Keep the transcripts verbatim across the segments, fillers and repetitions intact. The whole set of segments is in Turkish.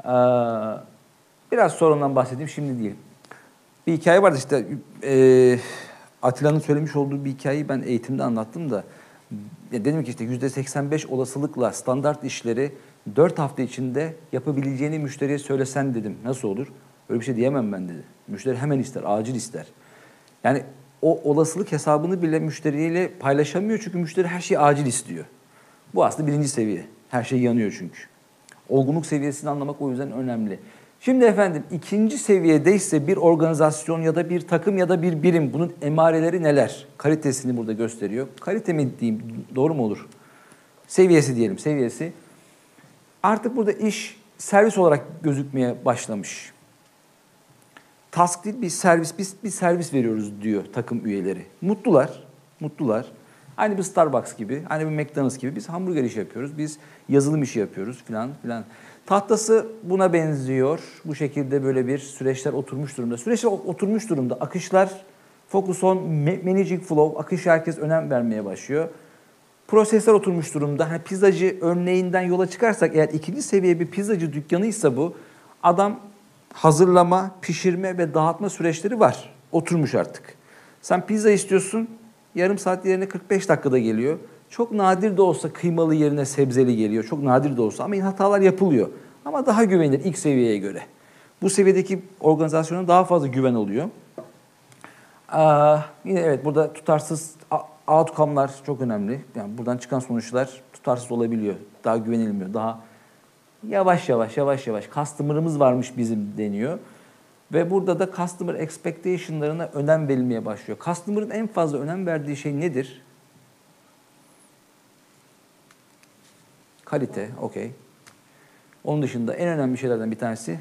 Ee, biraz sonra ondan bahsedeyim, şimdi değil. Bir hikaye vardı işte, e, Atilla'nın söylemiş olduğu bir hikayeyi ben eğitimde anlattım da. Ya dedim ki işte yüzde seksen beş olasılıkla standart işleri dört hafta içinde yapabileceğini müşteriye söylesen dedim. Nasıl olur? Öyle bir şey diyemem ben dedi. Müşteri hemen ister, acil ister. Yani o olasılık hesabını bile müşteriyle paylaşamıyor çünkü müşteri her şeyi acil istiyor. Bu aslında birinci seviye. Her şey yanıyor çünkü. Olgunluk seviyesini anlamak o yüzden önemli. Şimdi efendim ikinci seviyedeyse bir organizasyon ya da bir takım ya da bir birim, bunun emareleri neler? Kalitesini burada gösteriyor. Kalite mi diyeyim, doğru mu olur? Seviyesi diyelim, seviyesi. Artık burada iş servis olarak gözükmeye başlamış. Task değil, bir servis, biz bir servis veriyoruz diyor takım üyeleri. Mutlular, mutlular. Aynı bir Starbucks gibi, aynı bir McDonald's gibi biz hamburger işi yapıyoruz, biz yazılım işi yapıyoruz filan filan. Tahtası buna benziyor. Bu şekilde böyle bir süreçler oturmuş durumda. Süreçler oturmuş durumda. Akışlar, focus on managing flow, akış herkes önem vermeye başlıyor. Prosesler oturmuş durumda. Hani pizzacı örneğinden yola çıkarsak, eğer ikinci seviye bir pizzacı dükkanıysa bu, adam hazırlama, pişirme ve dağıtma süreçleri var. Oturmuş artık. Sen pizza istiyorsun, yarım saat yerine kırk beş dakikada geliyor. Çok nadir de olsa kıymalı yerine sebzeli geliyor. Çok nadir de olsa ama yine hatalar yapılıyor. Ama daha güvenilir ilk seviyeye göre. Bu seviyedeki organizasyona daha fazla güven oluyor. Aa, yine evet, burada tutarsız outcome'lar çok önemli. Yani buradan çıkan sonuçlar tutarsız olabiliyor. Daha güvenilmiyor. Daha yavaş yavaş yavaş yavaş customer'ımız varmış bizim deniyor. Ve burada da customer expectation'larına önem verilmeye başlıyor. Customer'ın en fazla önem verdiği şey nedir? Kalite, okey. Onun dışında en önemli şeylerden bir tanesi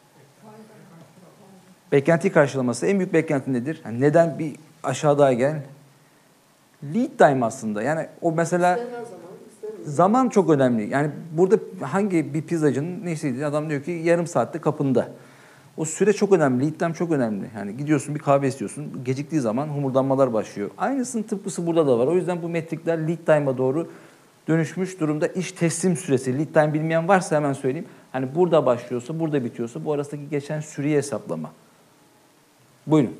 beklenti karşılaması. En büyük beklenti nedir? Yani neden bir aşağıda gel? Lead time aslında. Yani o mesela zaman çok önemli. Yani burada hangi bir pizzacının nesiydi? Adam diyor ki yarım saatte kapında. O süre çok önemli. Lead time çok önemli. Yani gidiyorsun bir kahve istiyorsun. Geciktiği zaman homurdanmalar başlıyor. Aynısının tıpkısı burada da var. O yüzden bu metrikler lead time'a doğru dönüşmüş durumda. İş teslim süresi. Lead time bilmeyen varsa hemen söyleyeyim. Hani burada başlıyorsa, burada bitiyorsa bu arasındaki geçen süreyi hesaplama. Buyurun.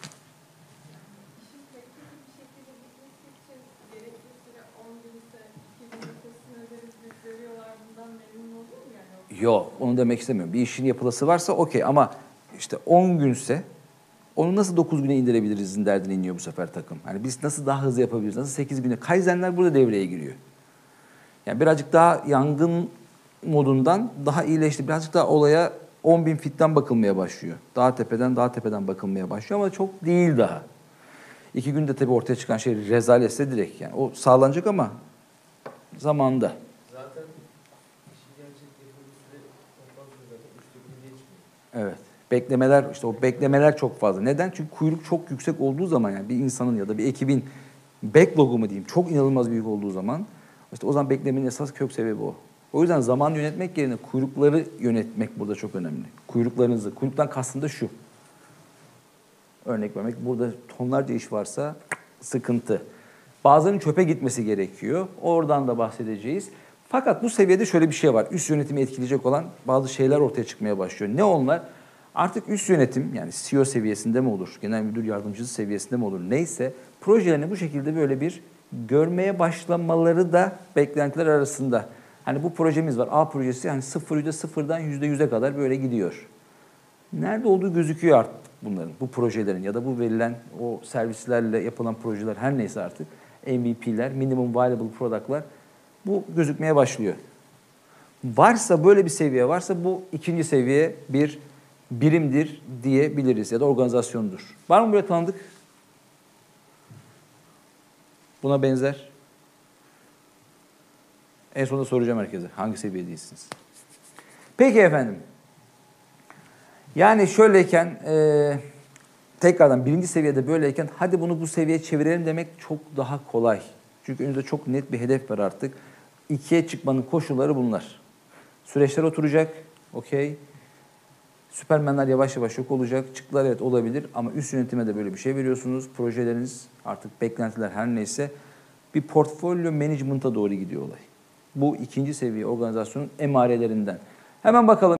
Yok, onu demek istemiyorum. Bir işin yapılası varsa okey ama işte on günse onu nasıl dokuz güne indirebiliriz'in derdine iniyor bu sefer takım. Hani biz nasıl daha hızlı yapabiliriz, nasıl sekiz güne? Kaizenler burada devreye giriyor. Yani birazcık daha yangın modundan daha iyileşti. Birazcık daha olaya on bin fitten bakılmaya başlıyor. Daha tepeden daha tepeden bakılmaya başlıyor ama çok değil daha. İki günde tabii ortaya çıkan şey rezaletse direkt. Yani o sağlanacak ama zamanında. Zaten işi gerçek yapılması çok fazla zaten üçte biri geçmiyor. Evet. Beklemeler, işte o beklemeler çok fazla. Neden? Çünkü kuyruk çok yüksek olduğu zaman, yani bir insanın ya da bir ekibin backlog'u mu diyeyim çok inanılmaz büyük olduğu zaman, işte o zaman beklemenin esas kök sebebi o. O yüzden zaman yönetmek yerine kuyrukları yönetmek burada çok önemli. Kuyruklarınızı, kuyruktan kastım da şu. Örnek vermek, burada tonlarca iş varsa sıkıntı. Bazılarının çöpe gitmesi gerekiyor. Oradan da bahsedeceğiz. Fakat bu seviyede şöyle bir şey var. Üst yönetimi etkileyecek olan bazı şeyler ortaya çıkmaya başlıyor. Ne onlar? Artık üst yönetim, yani C E O seviyesinde mi olur, genel müdür yardımcısı seviyesinde mi olur, neyse projelerini bu şekilde böyle bir görmeye başlamaları da beklentiler arasında. Hani bu projemiz var, A projesi, hani sıfır yüzde sıfırdan yüzde yüze kadar böyle gidiyor. Nerede olduğu gözüküyor artık bunların, bu projelerin ya da bu verilen o servislerle yapılan projeler, her neyse artık M V P'ler, minimum viable product'lar, bu gözükmeye başlıyor. Varsa, böyle bir seviye varsa bu ikinci seviye bir birimdir diyebiliriz ya da organizasyondur. Var mı böyle tanıdık? Buna benzer. En sonunda soracağım herkese. Hangi seviyedeysiniz? Peki efendim. Yani şöyleyken, e, tekrardan birinci seviyede böyleyken hadi bunu bu seviyeye çevirelim demek çok daha kolay. Çünkü önünüzde çok net bir hedef var artık. İkiye çıkmanın koşulları bunlar. Süreçler oturacak, okey. Süpermenler yavaş yavaş yok olacak. Çıktılar, evet olabilir ama üst yönetime de böyle bir şey veriyorsunuz. Projeleriniz, artık beklentiler her neyse, bir portfolyo management'a doğru gidiyor olay. Bu ikinci seviye organizasyonun emarelerinden. Hemen bakalım.